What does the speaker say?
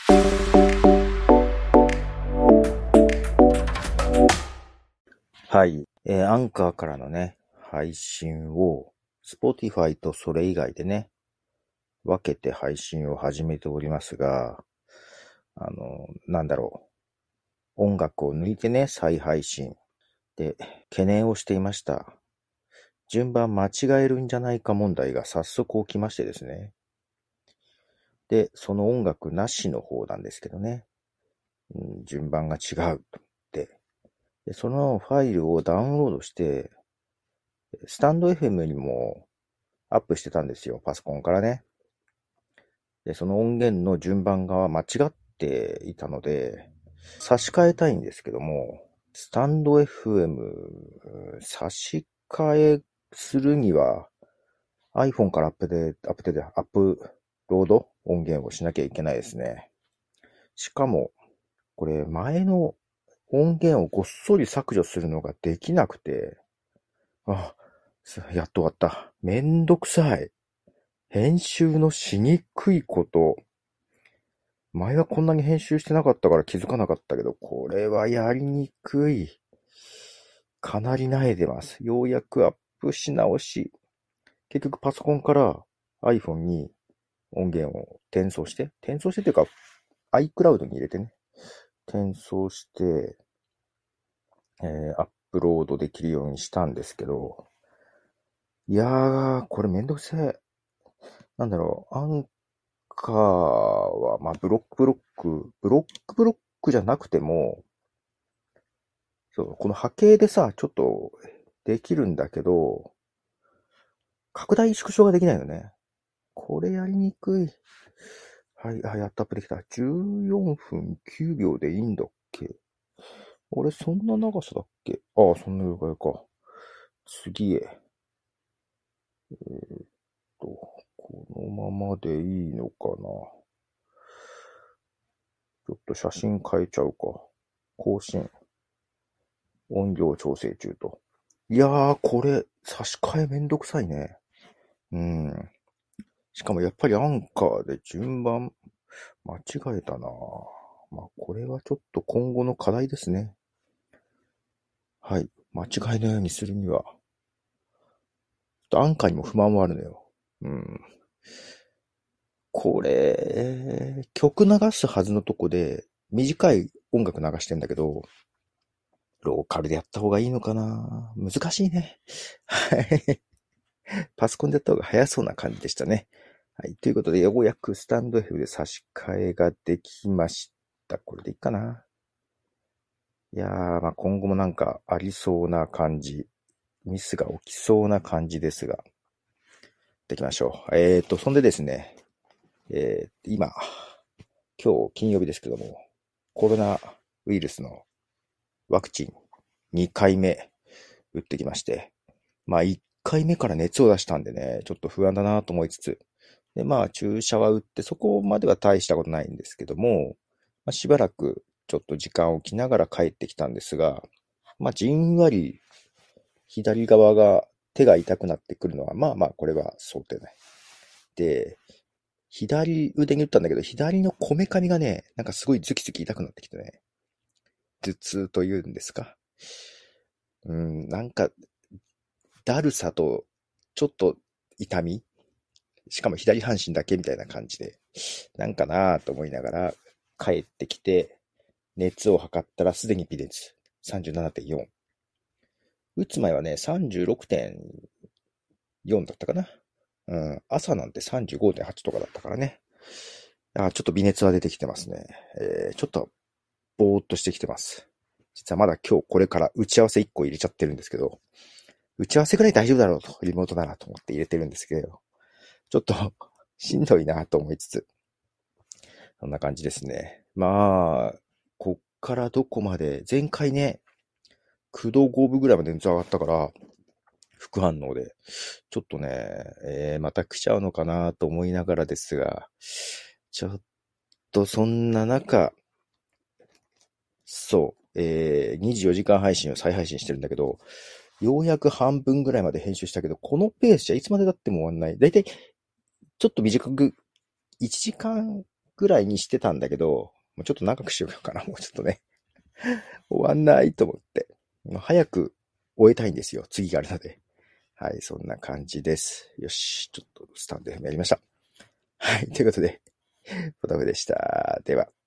はい。アンカーからのね、配信を、Spotify とそれ以外でね、分けて配信を始めておりますが、なんだろう。音楽を抜いてね、再配信で懸念をしていました。順番間違えるんじゃないか問題が早速起きましてですね。で、その音楽なしの方なんですけどね。順番が違うと思って。で、そのファイルをダウンロードして、スタンド FM にもアップしてたんですよ、パソコンからね。で、その音源の順番が間違っていたので、差し替えたいんですけども、スタンド FM 差し替えするには iPhone からアップロード音源をしなきゃいけないですね。しかも、これ前の音源をごっそり削除するのができなくて、やっと終わった。めんどくさい。編集のしにくいこと。前はこんなに編集してなかったから気づかなかったけど、これはやりにくい。かなり慣れてます。ようやくアップし直し。結局パソコンから iPhone に音源を転送してっていうか iCloud に入れてね、転送して、アップロードできるようにしたんですけど、いやー、これめんどくせえ。なんだろう、アンカーは、まあ、ブロックじゃなくても、そう、この波形でさ、ちょっとできるんだけど、拡大縮小ができないよね。これやりにくい。はい、やっとアップできた。14分9秒でいいんだっけ？俺、そんな長さだっけ？そんな了解か。次へ。このままでいいのかな。ちょっと写真変えちゃうか。更新。音量調整中と。いやー、これ、差し替えめんどくさいね。しかもやっぱりアンカーで順番間違えたな。まあ、これはちょっと今後の課題ですね。はい。間違いないようにするには、アンカーにも不満はあるのよ。これ、曲流すはずのとこで、短い音楽流してんだけど、ローカルでやった方がいいのかな？難しいね。はい。パソコンでやった方が早そうな感じでしたね。はい。ということで、ようやくスタンド F で差し替えができました。これでいいかな。いやー、まあ今後もなんかありそうな感じ。ミスが起きそうな感じですが。できましょう。そんでですね。今日金曜日ですけども、コロナウイルスのワクチン2回目打ってきまして、まあ1回目から熱を出したんでね、ちょっと不安だなと思いつつ、で、まあ注射は打ってそこまでは大したことないんですけども、まあ、しばらくちょっと時間を置きながら帰ってきたんですが、まあじんわり左側が手が痛くなってくるのは、まあまあこれは想定内。で、左腕に打ったんだけど、左のこめかみがね、なんかすごいズキズキ痛くなってきてね。頭痛というんですか。なんか、だるさと、ちょっと痛みしかも左半身だけみたいな感じで、なんかなぁと思いながら帰ってきて、熱を測ったらすでに微熱。37.4。打つ前はね、36.4だったかな。朝なんて35.8とかだったからね。ちょっと微熱は出てきてますね。ちょっとぼーっとしてきてます。実はまだ今日これから打ち合わせ1個入れちゃってるんですけど、打ち合わせぐらい大丈夫だろうと、リモートならと思って入れてるんですけど、ちょっとしんどいなと思いつつ、そんな感じですね。まあ、こっからどこまで、前回ね、9度5分ぐらいまで熱上がったから、副反応で、ちょっとね、また来ちゃうのかなと思いながらですが、ちょっとそんな中、そう、24時間配信を再配信してるんだけど、ようやく半分ぐらいまで編集したけど、このペースじゃいつまでだっても終わんない。だいたいちょっと短く、1時間ぐらいにしてたんだけど、もうちょっと長くしようかな。もうちょっとね。終わんないと思って。早く終えたいんですよ。次があるので。はい、そんな感じです。よし、ちょっとスタンド FM やりました。はい、ということで、ポトフでした。では。